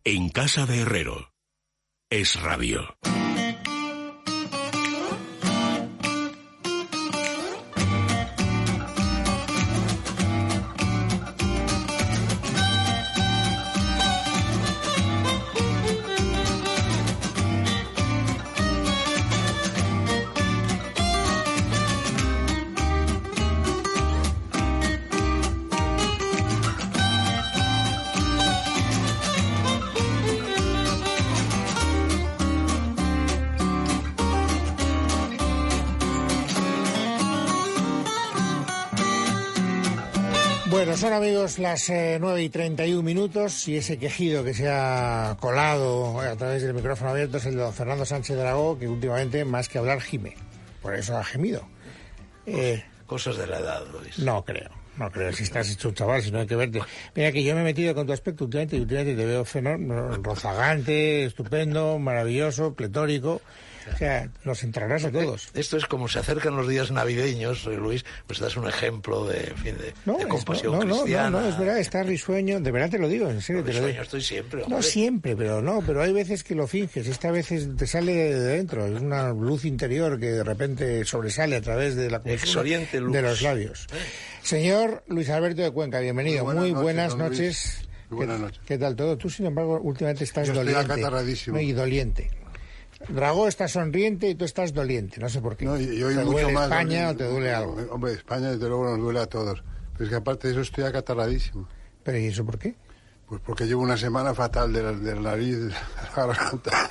En casa de Herrero. Es Radio. Bueno, son, amigos, las 9:31 y ese quejido que se ha colado a través del micrófono abierto es el de don Fernando Sánchez Dragó, que últimamente, más que hablar, gime. Por eso ha gemido. Cosas de la edad, Luis. No creo, si estás hecho un chaval, si no hay que verte. Mira que yo me he metido con tu aspecto últimamente te veo rozagante, estupendo, maravilloso, pletórico. O sea, nos entrarás a todos. Esto es como se acercan los días navideños, Luis, pues das un ejemplo de compasión cristiana. No, es verdad, está risueño, de verdad te lo digo, en serio. Risueño estoy siempre, hombre. No siempre, pero hay veces que lo finges, esta vez te sale de dentro, es una luz interior que de repente sobresale a través de la de los labios. Señor Luis Alberto de Cuenca, bienvenido, muy buenas noches. Buenas noches. ¿Qué tal todo? Tú, sin embargo, últimamente estás Yo doliente. estoy acatarradísimo. Y doliente. Dragó está sonriente y tú estás doliente, no sé por qué. No, yo ¿Te mucho duele más España o te duele algo? Hombre, España desde luego nos duele a todos. Pero es que aparte de eso estoy acatarradísimo. ¿Pero y eso por qué? Pues porque llevo una semana fatal de la nariz, de la garganta,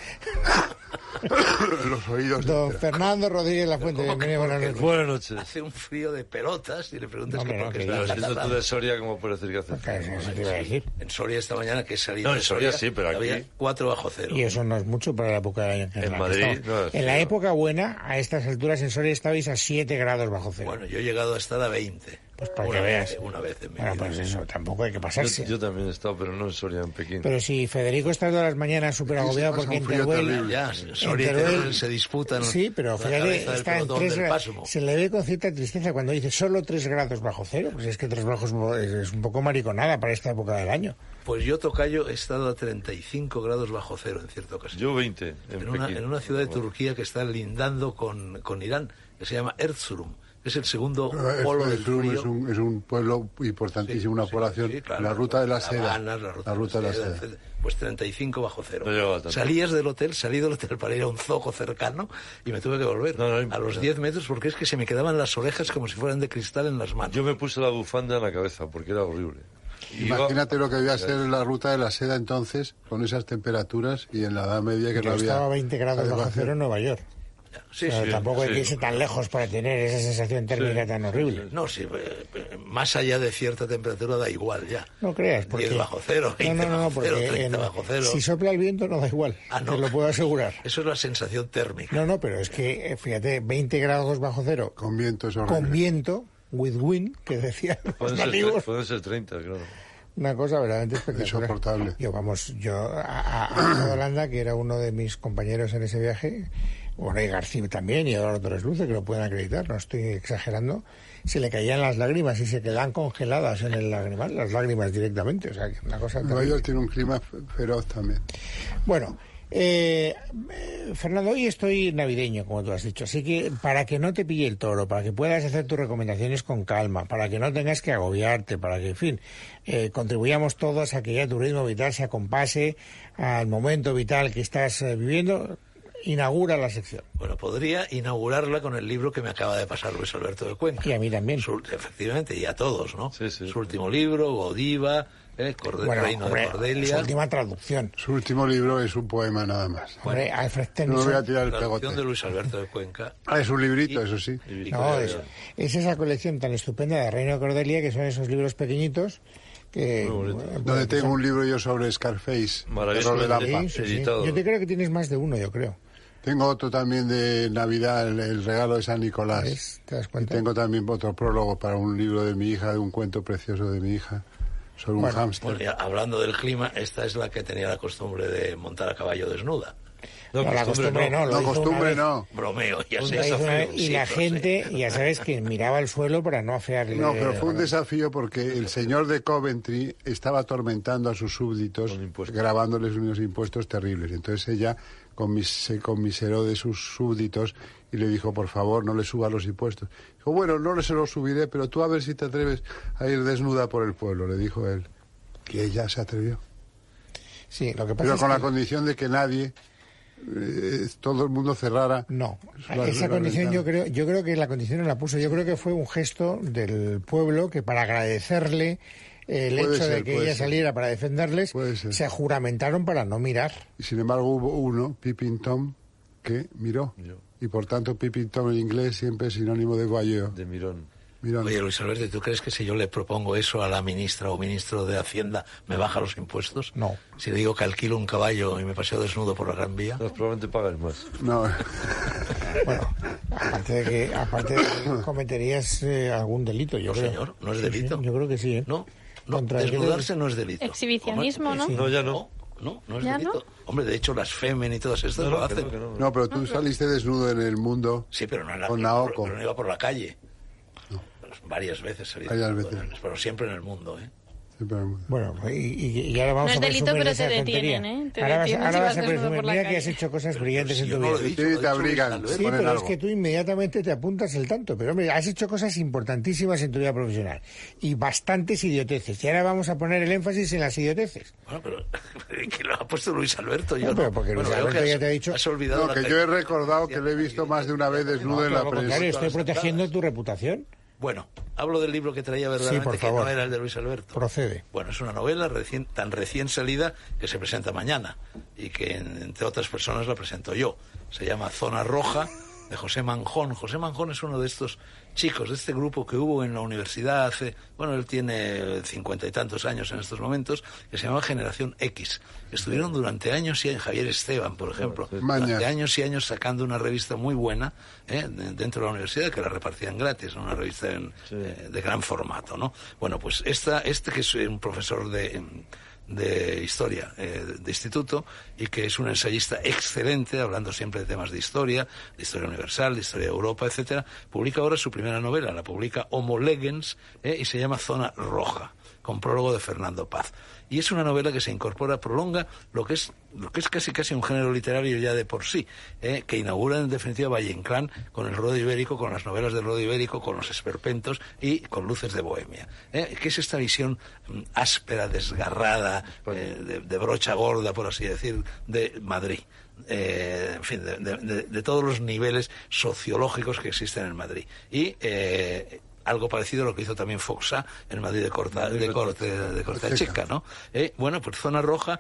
los oídos. Don Fernando Rodríguez Lafuente, bienvenido, buenas noches. Buenas noches. Hace un frío de pelotas y le preguntas por qué Pero está siendo tú de Soria, ¿cómo puedes decir que hace frío? Eso te iba a decir. En Soria esta mañana que he salido. No, en Soria sí, pero aquí había 4 bajo cero. Y eso no es mucho para la época en la en que Madrid. estamos. En la época buena, a estas alturas en Soria estabais a 7 grados bajo cero. Bueno, yo he llegado a estar a 20. Pues para que veas. Una vez en mi Bueno, vida. pues eso, tampoco hay que pasarse. Yo también he estado, pero no en Soria, en Pekín. Pero si Federico está todas las mañanas súper agobiado porque en Teruel... Ya, Soria y Teruel se disputan. Sí, pero fíjate, está en 3 grados. Se le ve con cierta tristeza cuando dice solo 3 grados bajo cero. Pues es que 3 bajos es un poco mariconada para esta época del año. Pues yo, tocayo, he estado a 35 grados bajo cero en cierta ocasión. Yo 20 en una ciudad de Turquía que está lindando con Irán, que se llama Erzurum. Es el segundo polo del frío. Es un pueblo importantísimo, una población, claro, la ruta de la seda. La ruta de la seda. Pues 35 bajo cero. No salí del hotel para ir a un zoco cercano y me tuve que volver a los 10 metros porque es que se me quedaban las orejas como si fueran de cristal en las manos. Yo me puse la bufanda en la cabeza porque era horrible. Imagínate lo que debía ser la ruta de la seda entonces, con esas temperaturas y en la Edad Media que yo no había... estaba a 20 grados bajo cero en Nueva York. Sí, tampoco hay que irse tan lejos para tener esa sensación térmica tan horrible. No, sí, más allá de cierta temperatura da igual ya. No creas, porque... 10 bajo cero, 20 bajo cero, 30 bajo cero. Si sopla el viento no da igual, te lo puedo asegurar. Eso es la sensación térmica. No, pero es que, fíjate, 20 grados bajo cero. Con viento es horrible. Con viento, with wind, que decían los amigos. Pueden ser 30, claro. Una cosa verdaderamente espectacular. Insoportable. Yo a Holanda, que era uno de mis compañeros en ese viaje... Bueno, y García también, y Eduardo Torres Luce, que lo pueden acreditar, no estoy exagerando, se le caían las lágrimas y se quedaban congeladas en el lagrimal, las lágrimas directamente, o sea, que una cosa... Nueva York tiene un clima feroz también. Bueno, Fernando, hoy estoy navideño, como tú has dicho, así que para que no te pille el toro, para que puedas hacer tus recomendaciones con calma, para que no tengas que agobiarte, para que, en fin, contribuyamos todos a que ya tu ritmo vital se acompase al momento vital que estás viviendo... Inaugura la sección. Bueno, podría inaugurarla con el libro que me acaba de pasar Luis Alberto de Cuenca. Y a mí también. Efectivamente, y a todos, ¿no? Sí. Su último libro, Godiva, Reino de Cordelia. Su última traducción. Su último libro es un poema nada más. Hombre, Alfred Tennyson. No voy a tirar el La pegote. traducción de Luis Alberto de Cuenca. Es un librito, eso sí. No, es esa colección tan estupenda de Reino de Cordelia, que son esos libros pequeñitos que... Donde tengo un libro yo sobre Scarface. Maravilloso. De Lampa. Editado. Yo te creo que tienes más de uno, yo creo. Tengo otro también de Navidad, el regalo de San Nicolás. ¿Te das Y cuenta? tengo también otro prólogo para un libro de mi hija, de un cuento precioso de mi hija, sobre un hámster. Bueno, hablando del clima, esta es la que tenía la costumbre de montar a caballo desnuda. No, la costumbre no. Lo hizo una costumbre vez. no. Bromeo, ya Lo sé. hizo una vez, y la Sí, lo sé. gente, ya sabes, que miraba al suelo para no afearle. No, pero fue un desafío porque el señor de Coventry estaba atormentando a sus súbditos, Con impuestos. grabándoles unos impuestos terribles. Entonces ella se conmiseró de sus súbditos y le dijo, por favor, no le subas los impuestos. Dijo, bueno, no se los subiré, pero tú a ver si te atreves a ir desnuda por el pueblo, le dijo él. Y ella se atrevió. Sí, lo que pasa Pero es con que... la condición de que nadie, todo el mundo cerrara. No, las esa condición ventanas. yo creo que la condición no la puso. Yo creo que fue un gesto del pueblo que para agradecerle el Puede hecho de ser, que puede ella ser. saliera para defenderles, Puede ser. se juramentaron para no mirar. Y sin embargo hubo uno, Pippin Tom, que miró. Miró. Y por tanto Pippin Tom en inglés siempre es sinónimo de guayeo. De Mirón. Mirón. Oye, Luis Alberto, ¿tú crees que si yo le propongo eso a la ministra o ministro de Hacienda, me baja los impuestos? No. Si le digo que alquilo un caballo y me paseo desnudo por la Gran Vía. No, probablemente pagas más. No, Bueno, aparte de que cometerías algún delito, yo No, creo. señor, no es Sí, delito. sí, yo creo que sí, ¿eh? No, no, Contra el que desnudarse no es delito. Exhibicionismo, ¿no? Sí. No, ya no. No es ¿Ya delito. no? Hombre, de hecho, las Femen y todas estas No, lo no, que hacen. no, que no. no, pero tú saliste desnudo en el mundo. Sí, pero no, en la, Con Naoko. pero no iba por la calle. Pues varias veces salí Varias desnudo, veces. pero siempre en el mundo, ¿eh? Siempre en el mundo. Bueno, y ahora vamos No es a delito, presumir pero esa te tontería. detienen, ¿eh? Te Ahora detienen vas si a vas desnudo presumir, por la mira que calle. has hecho cosas brillantes Si en yo tu no lo vida. he dicho, Sí, lo ha te dicho Luis abrigan. Alberto. Sí, Ponen pero es algo. que tú inmediatamente te apuntas el tanto. Pero hombre, has hecho cosas importantísimas en tu vida profesional. Y bastantes idioteces. Y ahora vamos a poner el énfasis en las idioteces. Bueno, pero que lo ha puesto Luis Alberto. Yo No, pero porque Luis veo Alberto que ya has- te ha dicho- Has olvidado No, la que yo he recordado que le he visto más de una vez desnudo en la Todo lo contrario, prensa. estoy protegiendo tu reputación. Bueno, hablo del libro que traía verdaderamente, por que favor. no era el de Luis Alberto. Procede. Bueno, es una novela tan recién salida que se presenta mañana y que, entre otras personas, la presento yo. Se llama Zona Roja, de José Manjón. José Manjón es uno de estos chicos, de este grupo que hubo en la universidad hace... Bueno, él tiene 50 y tantos años en estos momentos, que se llama Generación X. Estuvieron durante años y años, Javier Esteban, por ejemplo, Mañas. durante años y años sacando una revista muy buena dentro de la universidad, que la repartían gratis, ¿no? Una revista de gran formato, ¿no? Bueno, pues este que es un profesor de historia de instituto y que es un ensayista excelente, hablando siempre de temas de historia universal, de historia de Europa, etcétera, publica ahora su primera novela, la publica Homo Legens, y se llama Zona Roja, con prólogo de Fernando Paz. Y es una novela que se incorpora, prolonga lo que es casi un género literario ya de por sí, que inaugura en definitiva Valle Inclán con el Rodo Ibérico, con las novelas del Rodo Ibérico, con los esperpentos y con Luces de Bohemia. Que es esta visión áspera, desgarrada, de brocha gorda, por así decir, de Madrid. En fin, de todos los niveles sociológicos que existen en Madrid. Y algo parecido a lo que hizo también Foxá en Madrid de Corte Checa, ¿no? Bueno, pues Zona Roja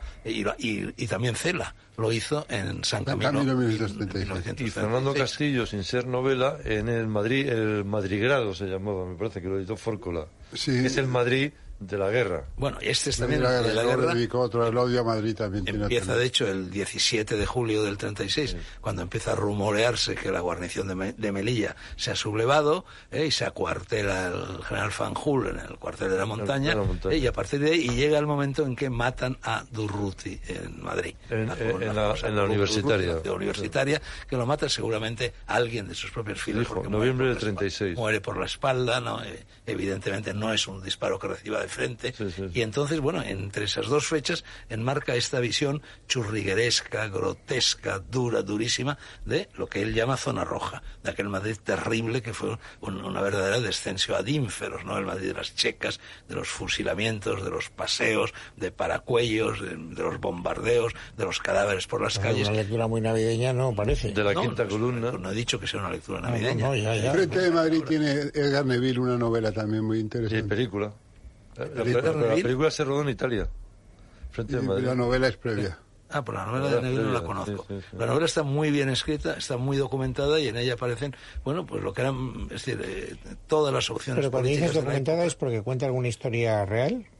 y también Cela lo hizo en San Camilo. 1936. Y Fernando Castillo, sin ser novela, en el Madrid, el Madrigrado se llamaba, me parece que lo editó Fórcola. Sí. Es el Madrid de la guerra. Bueno, este es también Mira, de la luego guerra. dedicó otro, el odio a Madrid también. tiene Empieza, otro. de hecho, el 17 de julio del 36, cuando empieza a rumorearse que la guarnición de Melilla se ha sublevado y se acuartela el general Fanjul en el cuartel de la montaña, De la montaña. y a partir de ahí llega el momento en que matan a Durruti en Madrid. En Una la universitaria. Durruti, universitaria, que lo mata seguramente alguien de sus propios filas. Hijo, porque noviembre muere del por la espalda. 36. Muere por la espalda, ¿no? Evidentemente no es un disparo que reciba de frente. Sí, sí. Y entonces, bueno, entre esas dos fechas enmarca esta visión churrigueresca, grotesca, durísima, de lo que él llama Zona Roja, de aquel Madrid terrible que fue una verdadera descenso ad ínferos, ¿no? El Madrid de las checas, de los fusilamientos, de los paseos, de paracuellos, de los bombardeos, de los cadáveres por las calles. Una lectura muy navideña, no parece. De la No, quinta no, columna. No he dicho que sea una lectura No, navideña. no, ya. Frente de Madrid tiene Edgar Neville una novela también muy Sí, interesante. película. La Neville? película se rodó en Italia. Frente de Y Madrid. la novela es previa. Ah, pues la novela de Neville no la conozco. Sí, sí, sí. La novela está muy bien escrita, está muy documentada y en ella aparecen, bueno, pues lo que eran, es decir, todas las opciones Pero cuando políticas dices de la documentada época. es porque cuenta alguna historia real.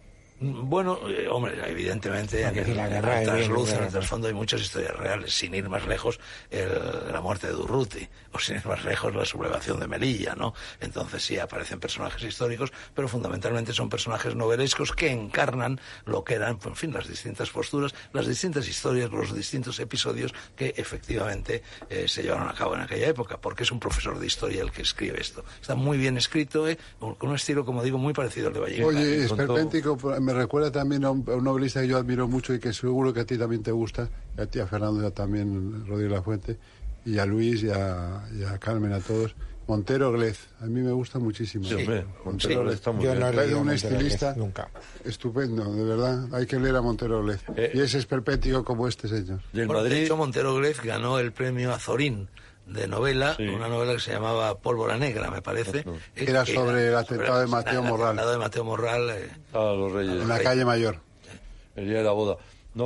Bueno, hombre, evidentemente en el trasfondo hay muchas historias reales. Sin ir más lejos, la muerte de Durruti, o sin ir más lejos, la sublevación de Melilla, ¿no? Entonces sí aparecen personajes históricos, pero fundamentalmente son personajes novelescos que encarnan lo que eran, en fin, las distintas posturas, las distintas historias, los distintos episodios que efectivamente se llevaron a cabo en aquella época, porque es un profesor de historia el que escribe esto. Está muy bien escrito, con un estilo, como digo, muy parecido al de Valle. Oye, esperpéntico, me recuerda también a un novelista que yo admiro mucho y que seguro que a ti también te gusta, y a ti, a Fernando, y también Rodríguez Lafuente, y a Luis, y a Carmen, a todos. Montero Glez, a mí me gusta muchísimo. Sí, hombre, Montero Glez está muy bien. Es un estilista estupendo, de verdad. Hay que leer a Montero Glez. Y es esperpéntico como este señor. De hecho, Montero Glez ganó el premio Azorín de novela, una novela que se llamaba Pólvora Negra, me parece. Era sobre el atentado de Mateo Morral. El atentado de Mateo Morral. A los Reyes. En la calle Mayor. El día de la boda. No,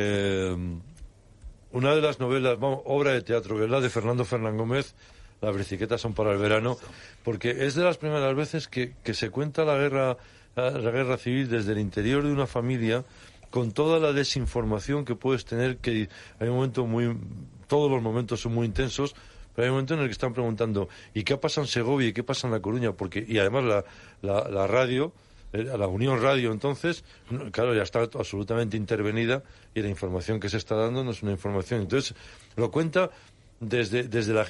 una de las novelas, obra de teatro, que es la de Fernando Fernán Gómez, Las bicicletas son para el verano, porque es de las primeras veces que se cuenta la guerra civil desde el interior de una familia, con toda la desinformación que puedes tener, que hay un momento todos los momentos son muy intensos, pero hay un momento en el que están preguntando, ¿y qué pasa en Segovia y qué pasa en La Coruña? Y además la radio, la Unión Radio, entonces, claro, ya está absolutamente intervenida, y la información que se está dando no es una información. Entonces, lo cuenta desde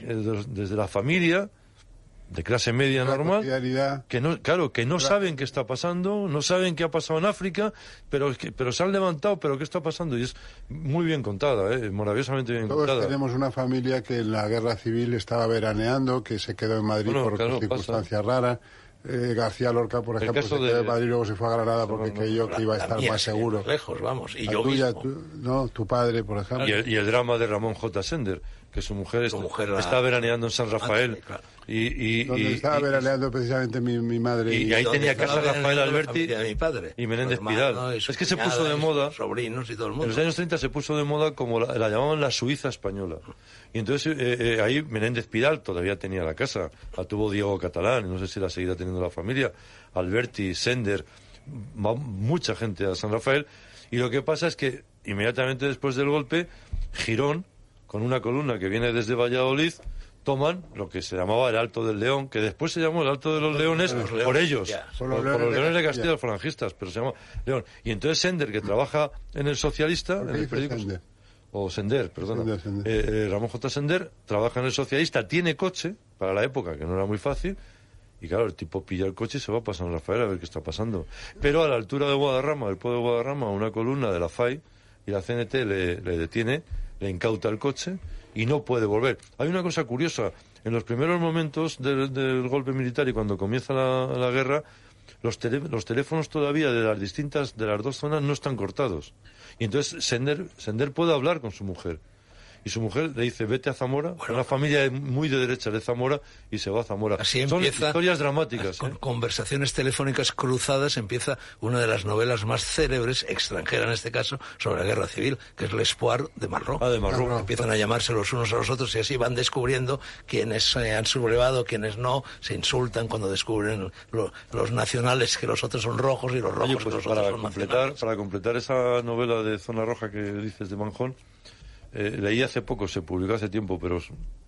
la familia de clase media normal, que no saben qué está pasando, no saben qué ha pasado en África, pero se han levantado, pero qué está pasando, y es muy bien contada, maravillosamente bien contada. Todos tenemos una familia que en la guerra civil estaba veraneando, que se quedó en Madrid por circunstancias raras. García Lorca, por ejemplo, se quedó en Madrid y luego se fue a Granada porque creyó que iba a estar más seguro. Lejos, vamos. Y yo tu padre, por ejemplo. Y el drama de Ramón J. Sender, que su mujer está veraneando en San Rafael. Claro. Donde estaba veraneando precisamente mi madre. Y ahí tenía casa Rafael Alberti mi padre, y Menéndez Pidal. Es que se puso de moda. Sobrinos y todo el mundo. En los años 30 se puso de moda como la llamaban la Suiza española. Y entonces ahí Menéndez Pidal todavía tenía la casa. La tuvo Diego Catalán, no sé si la seguirá teniendo la familia. Alberti, Sender, mucha gente a San Rafael. Y lo que pasa es que inmediatamente después del golpe, Girón, con una columna que viene desde Valladolid, toman lo que se llamaba el Alto del León, que después se llamó el Alto de los Leones por ellos, por los Leones de Castilla, los falangistas, pero se llama León. Y entonces Sender, que trabaja en el Socialista, en el periódico, Sender, perdona, Ramón J. Sender, trabaja en el Socialista, tiene coche, para la época, que no era muy fácil, y claro, el tipo pilla el coche y se va para San Rafael a ver qué está pasando. Pero a la altura de Guadarrama, del pueblo de Guadarrama, una columna de la FAI y la CNT le detiene, le incauta el coche y no puede volver. Hay una cosa curiosa, en los primeros momentos del golpe militar y cuando comienza la guerra, los teléfonos todavía de las dos zonas no están cortados. Y entonces Sender puede hablar con su mujer. Y su mujer le dice, vete a Zamora, una familia muy de derecha de Zamora, y se va a Zamora. Así son empieza, historias dramáticas. Con conversaciones telefónicas cruzadas, empieza una de las novelas más célebres, extranjera en este caso, sobre la guerra civil, que es L'Espoir de Malraux. De Malraux. Empiezan a llamarse los unos a los otros y así van descubriendo quiénes han sublevado, quiénes no, se insultan cuando descubren los nacionales que los otros son rojos y los rojos que los otros son nacionales. Para completar esa novela de Zona Roja que dices de Manjón, leí hace poco, se publicó hace tiempo, pero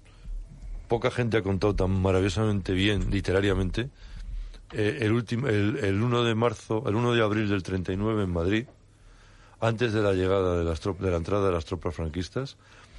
poca gente ha contado tan maravillosamente bien, literariamente, el 1 de abril del 39 en Madrid, antes de la llegada de la entrada de las tropas franquistas,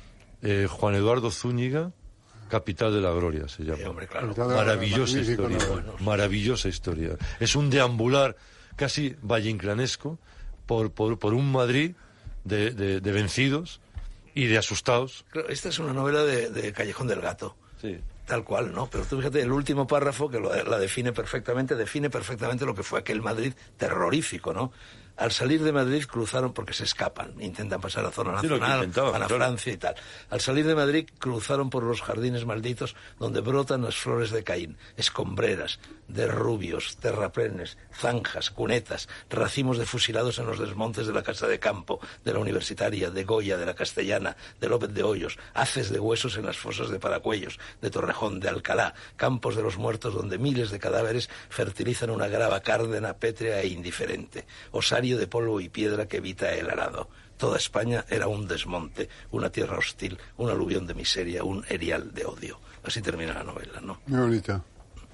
Juan Eduardo Zúñiga, Capital de la Gloria se llama. Hombre, claro. Maravillosa historia, maravillosa historia. Es un deambular casi valleinclanesco por un Madrid de vencidos y de asustados. Claro, esta es una novela de Callejón del Gato. Sí. Tal cual, ¿no? Pero tú fíjate, el último párrafo que la define perfectamente lo que fue aquel Madrid terrorífico, ¿no? Al salir de Madrid cruzaron, porque se escapan, intentan pasar a zona nacional, van a Francia y tal. Al salir de Madrid cruzaron por los jardines malditos donde brotan las flores de Caín, escombreras, derrubios, terraplenes, zanjas, cunetas, racimos de fusilados en los desmontes de la Casa de Campo, de la Universitaria, de Goya, de la Castellana, de López de Hoyos, haces de huesos en las fosas de Paracuellos, de Torrejón, de Alcalá, campos de los muertos donde miles de cadáveres fertilizan una grava cárdena, pétrea e indiferente. Osario calvario de polvo y piedra que evita el arado. Toda España era un desmonte, una tierra hostil, un aluvión de miseria, un erial de odio. Así termina la novela, ¿no? Muy bonito.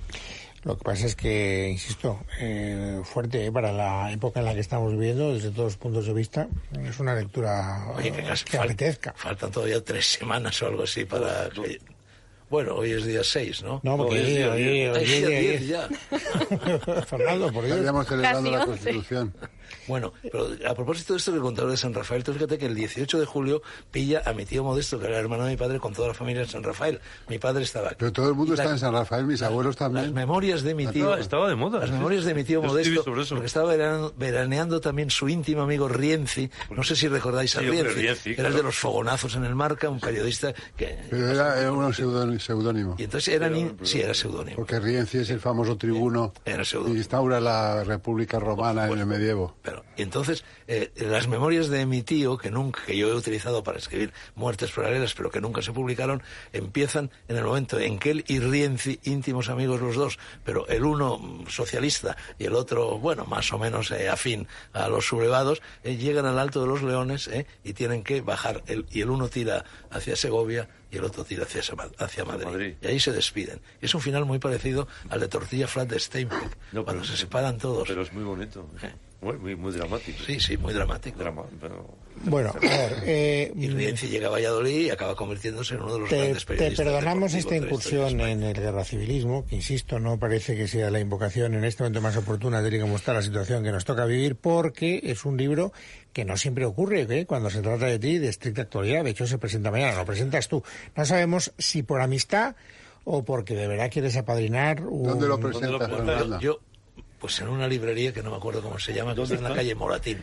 Lo que pasa es que, insisto, fuerte para la época en la que estamos viviendo, desde todos los puntos de vista. Es una lectura Oye, que casi que apetezca. faltan todavía 3 semanas o algo así para... Bueno, hoy es día 6, ¿no? No, porque Hoy es Ay, día 10 ya. Fernando, por Dios. Estaríamos celebrando Casi la 11. Constitución. Bueno, pero a propósito de esto del contador de San Rafael, tú fíjate que el 18 de julio pilla a mi tío Modesto, que era hermano de mi padre, con toda la familia en San Rafael. Mi padre estaba aquí. Pero todo el mundo Y la- está en San Rafael, mis abuelos Las también. memorias de mi tío... Estaba de moda. Las sí. memorias de mi tío Yo escribí Modesto, sobre eso. porque estaba veraneando también su íntimo amigo Rienzi. No sé si recordáis a Sí, hombre, Rienzi. Rienzi, Era el claro. de los fogonazos en el Marca, un periodista que... Pero era un seudónimo. Y entonces era seudónimo. Porque Rienzi es el famoso tribuno Era que seudónimo. instaura la República Romana en el medievo. Y entonces, las memorias de mi tío, que yo he utilizado para escribir Muertes paralelas, pero que nunca se publicaron, empiezan en el momento en que él y Rienzi, íntimos amigos los dos, pero el uno socialista y el otro, bueno, más o menos afín a los sublevados, llegan al Alto de los Leones y tienen que bajar, y el uno tira hacia Segovia y el otro tira hacia Madrid. Y ahí se despiden. Es un final muy parecido al de Tortilla Flat de Steinbeck, No, cuando pero- se separan todos. Pero es muy bonito. Muy dramático. Sí, muy dramático. Pero... Bueno, a ver, Y Rienzi llega a Valladolid y acaba convirtiéndose en uno de los te grandes periodistas. perdonamos esta deportivos de la historia incursión de en el guerracivilismo, que insisto, no parece que sea la invocación en este momento más oportuna de cómo está la situación que nos toca vivir, porque es un libro que no siempre ocurre, ¿eh? Cuando se trata de ti, de estricta actualidad. De hecho, se presenta mañana, lo presentas tú. No sabemos si por amistad o porque de verdad quieres apadrinar un... ¿Dónde lo ¿Dónde presenta, lo presenta? Fernando? Yo, pues en una librería que no me acuerdo cómo se llama, que está en la calle Moratín.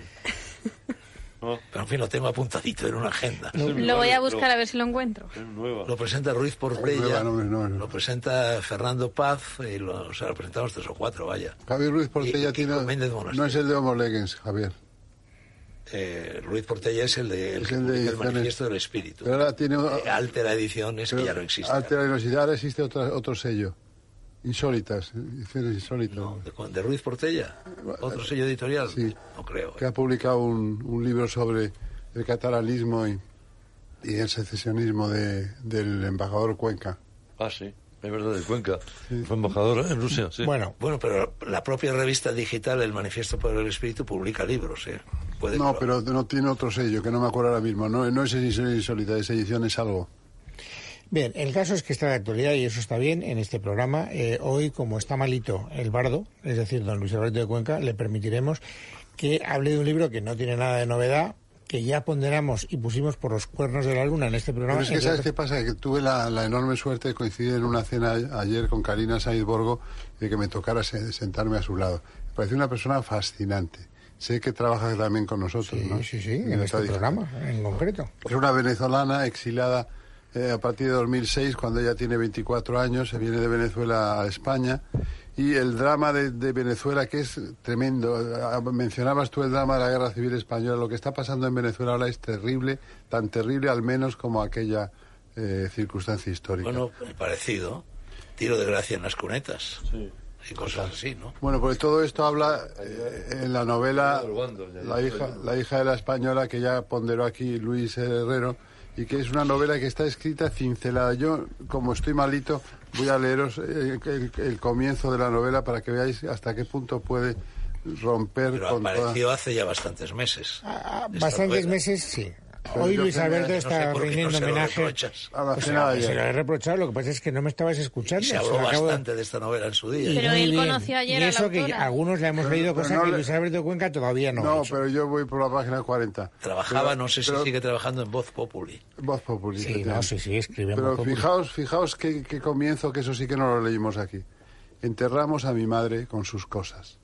No, Pero en fin, lo tengo apuntadito en una agenda. Lo voy a buscar a ver si lo encuentro. es nueva. Lo presenta Ruiz Portella, No. lo presenta Fernando Paz, y lo presentamos 3 o 4, vaya. Javier Ruiz Portella Y tiene... con Méndez Monasterio. No es el de Homo Legens, Javier. Ruiz Portella es el de Es que el de publica el ediciones. Manifiesto del Espíritu. Pero ahora tiene... Altera Ediciones, que ya no existe. Altera Velocidad, ahora existe otro sello. Insólitas, ediciones insólitas. No, de Ruiz Portella, otro sello editorial. Sí. No creo. Que ha publicado un libro sobre el catalanismo y el secesionismo del embajador Cuenca. Ah, sí. Es verdad, de Cuenca. Fue embajador en Rusia, sí. Bueno, Pero la propia revista digital, el Manifiesto por el Espíritu, publica libros, ¿eh? Puede No, que pero no tiene otro sello, que no me acuerdo ahora mismo. No es edición insólita, es edición es algo. bien, el caso es que está de actualidad y eso está bien en este programa. Hoy, como está malito el bardo, es decir, don Luis Alberto de Cuenca, le permitiremos que hable de un libro que no tiene nada de novedad, que ya ponderamos y pusimos por los cuernos de la luna en este programa. Pero es que, entre ¿sabes otras- qué pasa? Que tuve la enorme suerte de coincidir en una cena ayer con Karina Sainz Borgo y de que me tocara sentarme a su lado. Me pareció una persona fascinante. Sé que trabaja también con nosotros, ¿no? Sí, en este programa, en concreto. Es una venezolana exilada a partir de 2006, cuando ella tiene 24 años, se viene de Venezuela a España. Y el drama de Venezuela, que es tremendo. Mencionabas tú el drama de la Guerra Civil Española. Lo que está pasando en Venezuela ahora es terrible, tan terrible al menos como aquella circunstancia histórica. Bueno, parecido. Tiro de gracia en las cunetas. Sí. Y cosas así, ¿no? Bueno, pues todo esto habla en la novela Ya, la hija de la española, que ya ponderó aquí Luis Herrero, y que es una novela que está escrita cincelada. Yo, como estoy malito, voy a leeros el comienzo de la novela para que veáis hasta qué punto puede romper Pero con toda... apareció hace ya bastantes meses. esta Bastantes novela. meses, sí. Pero Hoy yo Luis creo que Alberto No está sé por qué no rindiendo se lo homenaje. reprochas. A la O cena de sea, se lo ayer. he reprochado, lo que pasa es que no me estabas escuchando. Se Se habló lo acabo de- bastante de esta novela en su día. Pero Muy él bien. conoció ayer y a la eso que autora. algunos le hemos leído pero cosas no que le- Luis Alberto Cuenca todavía no ha No, hecho. pero yo voy por la página 40. Trabajaba, Pero- no sé si pero- sigue trabajando en Voz Populi. Voz Populi. Sí, efectivamente. sí, escribe Pero muy popular. fijaos qué comienzo, que eso sí que no lo leímos aquí. Enterramos a mi madre con sus cosas.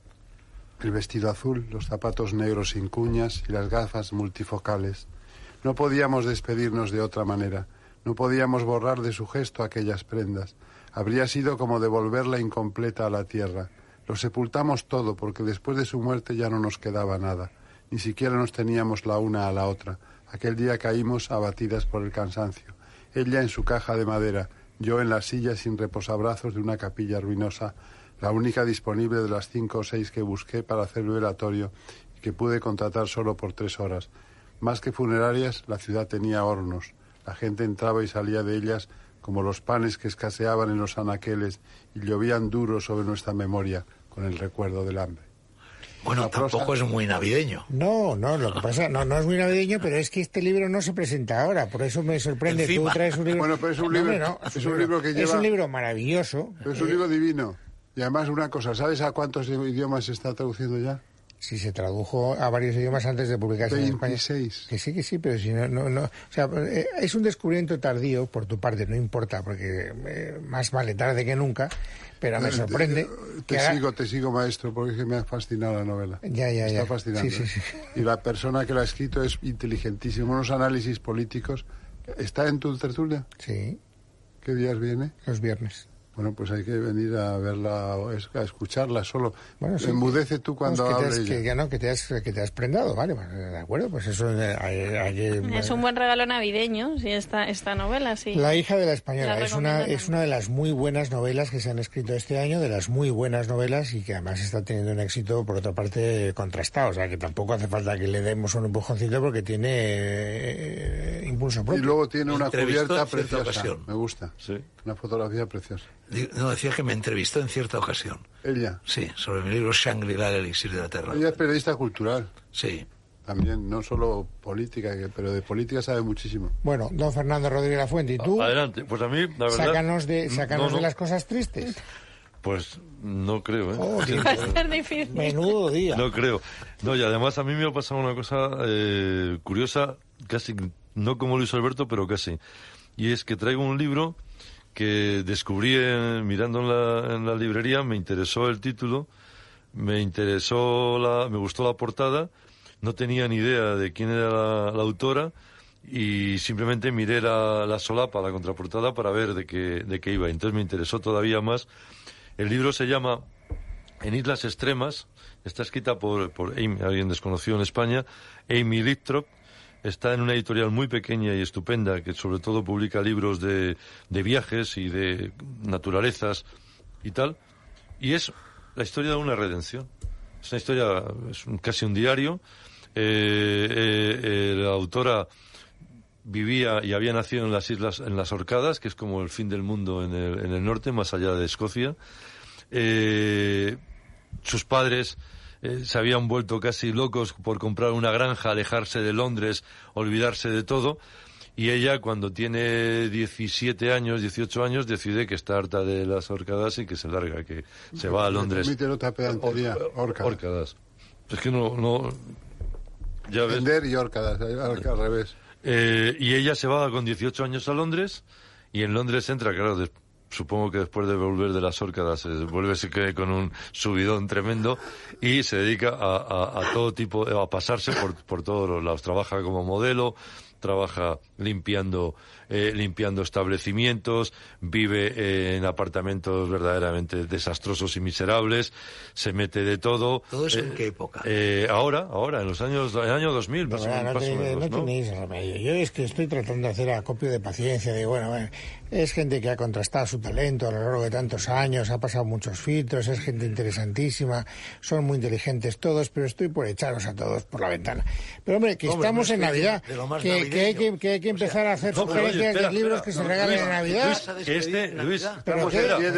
El vestido azul, los zapatos negros sin cuñas y las gafas multifocales. No podíamos despedirnos de otra manera. No podíamos borrar de su gesto aquellas prendas. Habría sido como devolverla incompleta a la tierra. Lo sepultamos todo porque después de su muerte ya no nos quedaba nada. Ni siquiera nos teníamos la una a la otra. Aquel día caímos abatidas por el cansancio. Ella en su caja de madera, yo en la silla sin reposabrazos de una capilla ruinosa, la única disponible de las 5 o 6 que busqué para hacer el velatorio y que pude contratar solo por 3 horas. Más que funerarias, la ciudad tenía hornos. La gente entraba y salía de ellas como los panes que escaseaban en los anaqueles y llovían duros sobre nuestra memoria con el recuerdo del hambre. Bueno, tampoco es muy navideño. No, lo que pasa, no es muy navideño, pero es que este libro no se presenta ahora, por eso me sorprende. Encima. Tú traes un libro... Bueno, pero es un libro, es un libro que lleva... Es un libro maravilloso. Pero es un libro divino. Y además una cosa, ¿sabes a cuántos idiomas se está traduciendo ya? Sí, se tradujo a varios idiomas antes de publicarse en España. 26. Que sí, pero si no. O sea, es un descubrimiento tardío por tu parte, no importa, porque más vale tarde que nunca, pero me sorprende. Te sigo, maestro, porque es que me ha fascinado la novela. Ya. Está fascinante. Sí. Y la persona que la ha escrito es inteligentísima, unos análisis políticos. ¿Está en tu tertulia? Sí, ¿Qué días viene? los viernes. Bueno, pues hay que venir a verla, a escucharla solo. Bueno, sí, Enmudece tú cuando hables. Que te has prendado, vale, de acuerdo, pues eso hay que... Es un buen regalo navideño, sí, esta novela, sí. La hija de la española es una también. de las muy buenas novelas que se han escrito este año, de las muy buenas novelas, y que además está teniendo un éxito, por otra parte, contrastado. O sea, que tampoco hace falta que le demos un empujoncito porque tiene impulso propio. Y luego tiene una Entrevistó cubierta en cierta preciosa. ocasión. Me gusta. Sí. Una fotografía preciosa. No, decía que me entrevistó en cierta ocasión. Ella. Sí, sobre mi libro Shangri-La, el elixir de la tierra. Ella es periodista cultural. Sí. También, no solo política, pero de política sabe muchísimo. Bueno, don Fernando Rodríguez Lafuente, ¿y tú? Adelante, pues a mí, la verdad... Sácanos de no. las cosas tristes. Pues no creo, ¿eh? Oh, Va a ser difícil. Menudo día. No creo. No, y además a mí me ha pasado una cosa curiosa, casi, no como Luis Alberto, pero casi. Y es que traigo un libro que descubrí mirando en la librería, me interesó el título, me gustó la portada, no tenía ni idea de quién era la autora y simplemente miré la solapa, la contraportada, para ver de qué iba. Entonces me interesó todavía más. El libro se llama En Islas Extremas, está escrita por Amy, alguien desconocido en España, Amy Littrop. Está en una editorial muy pequeña y estupenda que sobre todo publica libros de viajes y de naturalezas y tal. Y es la historia de una redención. Es una historia, casi un diario. La autora vivía y había nacido en las islas, en las Orcadas, que es como el fin del mundo en el norte, más allá de Escocia. Sus padres se habían vuelto casi locos por comprar una granja, alejarse de Londres, olvidarse de todo, y ella, cuando tiene 17 años, 18 años, decide que está harta de las Orcadas y que se larga, que se va a Londres. Permíteme otra pedantería. Orcadas. Es que no ya ves. Vender y Orcadas, al revés. Y ella se va con 18 años a Londres, y en Londres entra, claro, supongo que después de volver de las Orcadas se quede con un subidón tremendo y se dedica a todo tipo, a pasarse por todos los lados. Trabaja como modelo, trabaja limpiando establecimientos, vive en apartamentos verdaderamente desastrosos y miserables, se mete de todo. ¿Todo eso en qué época? Ahora, en el año 2000, más o menos. No tenéis remedio. Yo es que estoy tratando de hacer acopio de paciencia. Digo, bueno, es gente que ha contrastado su talento a lo largo de tantos años, ha pasado muchos filtros, es gente interesantísima, son muy inteligentes todos, pero estoy por echaros a todos por la ventana. Pero hombre, estamos en Navidad, que hay que empezar a hacer sugerencias de libros que se regalen en Navidad. Luis, Pero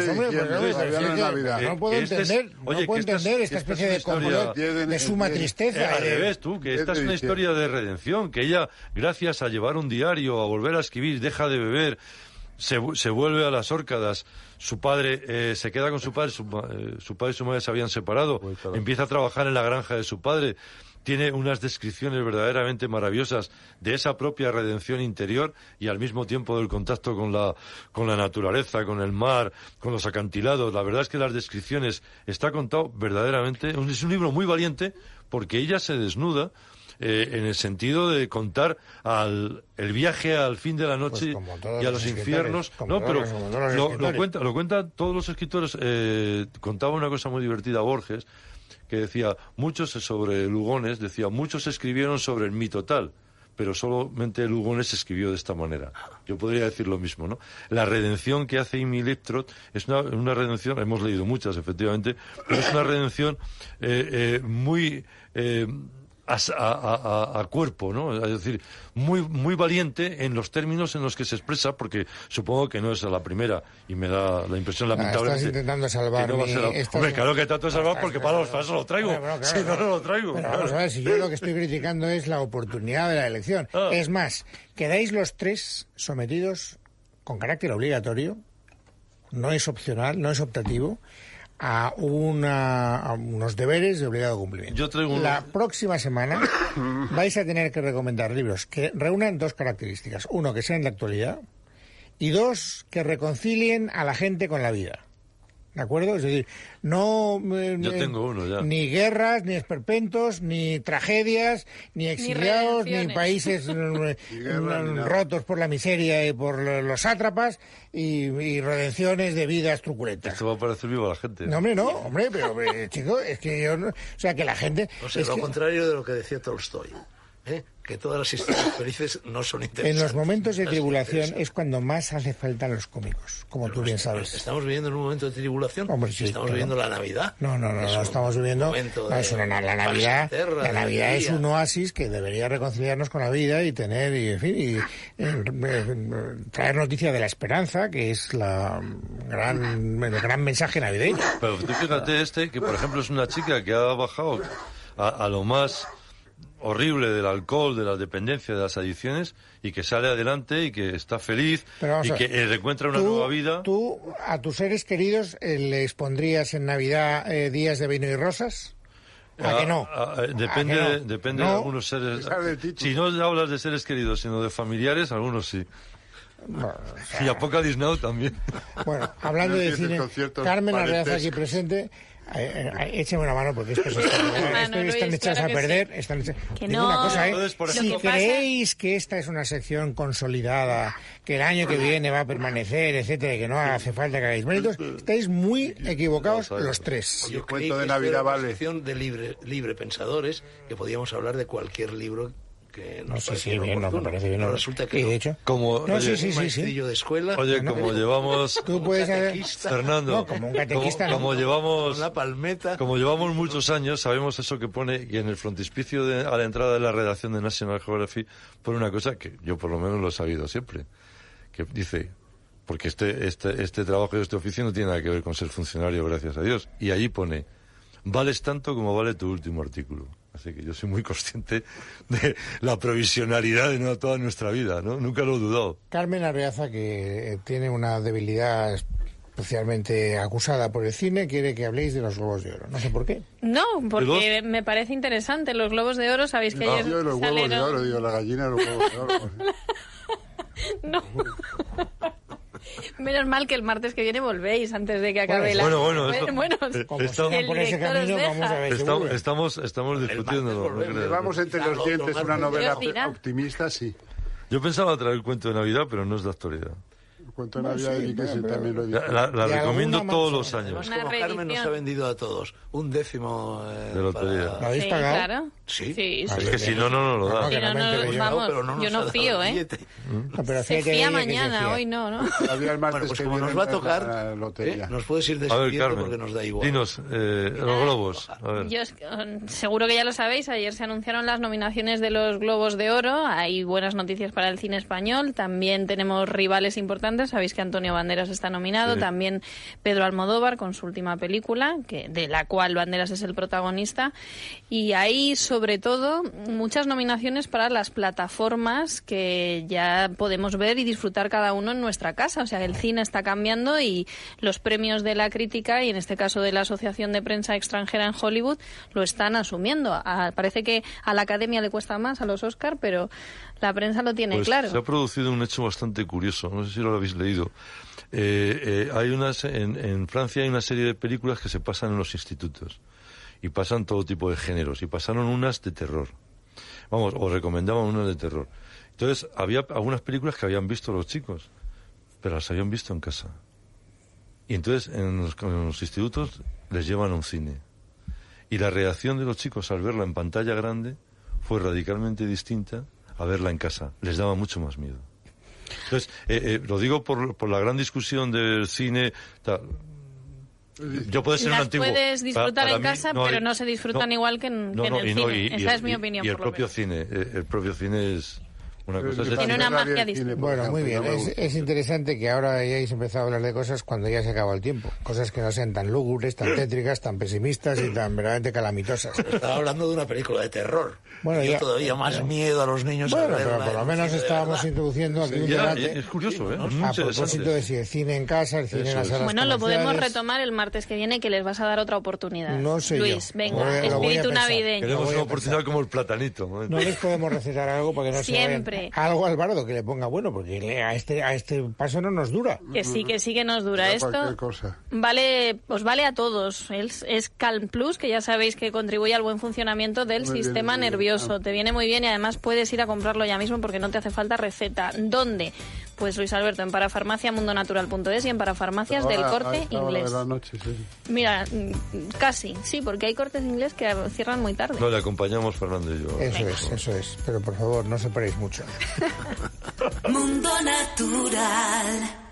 no puedo entender esta especie de complot de suma tristeza. Al revés, que esta es una historia de redención, que ella, gracias a llevar un diario, a volver a escribir, deja de beber, se vuelve a las Orcadas, su padre se queda con su padre, su padre y su madre se habían separado, empieza a trabajar en la granja de su padre, tiene unas descripciones verdaderamente maravillosas de esa propia redención interior y al mismo tiempo del contacto con la naturaleza, con el mar, con los acantilados. La verdad es que las descripciones está contado verdaderamente, es un libro muy valiente porque ella se desnuda en el sentido de contar el viaje al fin de la noche y a los infiernos. No, pero lo cuentan todos los escritores. Contaba una cosa muy divertida Borges, que decía, muchos escribieron sobre el mito tal, pero solamente Lugones escribió de esta manera. Yo podría decir lo mismo, ¿no? La redención que hace Amy Littrop es una redención, hemos leído muchas, efectivamente, pero es una redención muy a cuerpo, ¿no? Es decir, muy valiente en los términos en los que se expresa, porque supongo que no es a la primera, y me da la impresión lamentable. Estás intentando salvar. Hombre, claro que trato de salvar porque para eso lo traigo. Bueno, claro, si no lo traigo. Pero vamos a ver, si yo lo que estoy criticando es la oportunidad de la elección. Es más, quedáis los tres sometidos con carácter obligatorio, no es opcional, no es optativo, a unos deberes de obligado cumplimiento. Yo traigo La próxima semana vais a tener que recomendar libros que reúnan dos características. Uno, que sean de actualidad, y dos, que reconcilien a la gente con la vida. ¿De acuerdo? Es decir, no... Yo tengo uno ya. Ni guerras, ni esperpentos, ni tragedias, ni exiliados, ni países rotos por la miseria y por los sátrapas, y redenciones de vidas truculentas. Esto va a parecer vivo a la gente. No, hombre, pero chico, es que yo... O sea, que la gente... O sea, lo contrario de lo que decía Tolstoy. Que todas las historias felices no son interesantes. En los momentos de tribulación es cuando más hace falta los cómicos, como tú bien sabes. ¿Estamos viviendo en un momento de tribulación? Hombre, sí, ¿Estamos viviendo la Navidad? No, estamos viviendo... La Navidad es un oasis que debería reconciliarnos con la vida y tener, y traer noticia de la esperanza, que es el gran mensaje navideño. Pero tú fíjate que por ejemplo es una chica que ha bajado a lo más horrible del alcohol, de la dependencia, de las adicciones, y que sale adelante y que está feliz y que reencuentra una nueva vida. ¿Tú a tus seres queridos les pondrías en Navidad días de vino y rosas? ¿A que no? Depende de algunos seres. Si no hablas de seres queridos, sino de familiares, algunos sí. Bueno, y Apocalypse Now también. Bueno, hablando de cine, Carmen Arreaza aquí presente. Écheme una mano porque estos están echados a perder. Digo una cosa, si creéis que esta es una sección consolidada, que el año que viene va a permanecer, etcétera, y que no hace falta que hagáis méritos, estáis muy equivocados los tres. El cuento de Navidad vale. Una sección de libre pensadores, que podíamos hablar de cualquier libro que nos me parece bien. Resulta que de hecho, como maestrillo de escuela. Oye, como llevamos, tú puedes Fernando, como un catequista, como llevamos una palmeta, como llevamos muchos años, sabemos eso que pone, y en el frontispicio a la entrada de la redacción de National Geographic pone una cosa que yo por lo menos lo he sabido siempre, que dice, porque este trabajo y este oficio no tiene nada que ver con ser funcionario, gracias a Dios, y allí pone: vales tanto como vale tu último artículo. Así que yo soy muy consciente de la provisionalidad de toda nuestra vida, ¿no? Nunca lo he dudado. Carmen Arreaza, que tiene una debilidad especialmente acusada por el cine, quiere que habléis de los Globos de Oro. No sé por qué. No, porque me parece interesante. Los Globos de Oro, sabéis que ayer yo los huevos de oro, digo, la gallina de los huevos de oro. No. Menos mal que el martes que viene volvéis antes de que acabe por ese camino, vamos a ver. Estamos discutiendo. Llevamos entre los dientes una novela optimista, sí. Yo pensaba traer el cuento de Navidad, pero no es de actualidad. El cuento de Navidad de Dickens también lo he dicho. La recomiendo todos los años. Además, como Carmen nos ha vendido a todos un décimo de lotería. ¿Lo habéis pagado? Claro. Sí. Es que si no lo da. Yo no fío, pero se fía mañana, hoy no. Todavía el martes pues como nos va a tocar, nos puedes ir despidiendo porque nos da igual. Dinos, los globos. A ver. Yo seguro que ya lo sabéis, ayer se anunciaron las nominaciones de los Globos de Oro. Hay buenas noticias para el cine español. También tenemos rivales importantes. Sabéis que Antonio Banderas está nominado. Sí. También Pedro Almodóvar con su última película, de la cual Banderas es el protagonista. Y hay, sobre todo, muchas nominaciones para las plataformas que ya podemos ver y disfrutar cada uno en nuestra casa. O sea, el cine está cambiando y los premios de la crítica, y en este caso de la Asociación de Prensa Extranjera en Hollywood, lo están asumiendo. Parece que a la Academia le cuesta más, a los Oscar, pero la prensa lo tiene claro. Se ha producido un hecho bastante curioso, no sé si lo habéis leído. En Francia hay una serie de películas que se pasan en los institutos y pasan todo tipo de géneros, y pasaron unas de terror. Vamos, os recomendaban unas de terror. Entonces, había algunas películas que habían visto los chicos, pero las habían visto en casa. Y entonces, en los institutos les llevan a un cine. Y la reacción de los chicos al verla en pantalla grande fue radicalmente distinta a verla en casa. Les daba mucho más miedo. Entonces, lo digo por la gran discusión del cine. Yo puedo ser un Las antiguo. puedes disfrutar Para en mí casa, pero no se disfrutan igual que en el cine. Esa es mi opinión. Y el por lo propio menos. cine. El propio cine es una cosa. Tiene una magia distinta. Bueno, muy bien. Es interesante que ahora hayáis empezado a hablar de cosas cuando ya se acaba el tiempo. Cosas que no sean tan lúgubres, tan tétricas, tan pesimistas y tan verdaderamente calamitosas. Estaba hablando de una película de terror. Bueno, Yo ya, todavía más miedo a los niños. Bueno, a pero por lo menos estábamos introduciendo aquí un debate Es curioso, ¿eh? a propósito de si el cine en casa, el cine en las salas Bueno, lo podemos comerciales. retomar el martes que viene, que les vas a dar otra oportunidad. No sé Luis, yo. venga, Lo voy a espíritu pensar. navideño. Queremos voy a una oportunidad pensar. como el platanito. ¿no? No les podemos recetar algo para que no Siempre. se vayan. Algo al bardo que le ponga bueno, porque a este paso no nos dura. Que sí que nos dura esto. Cualquier cosa. Os vale a todos. Es Calm Plus, que ya sabéis que contribuye al buen funcionamiento del Muy bien, sistema muy bien. nervioso. Te viene muy bien y además puedes ir a comprarlo ya mismo porque no te hace falta receta. ¿Dónde? Pues Luis Alberto, en parafarmaciamundonatural.es y en parafarmacias del Corte A esta hora Inglés. de la noche, sí. Mira, casi, sí, porque hay cortes inglés que cierran muy tarde. No, le acompañamos Fernando y yo. Eso es. Pero por favor, no separéis mucho. Mundo Natural.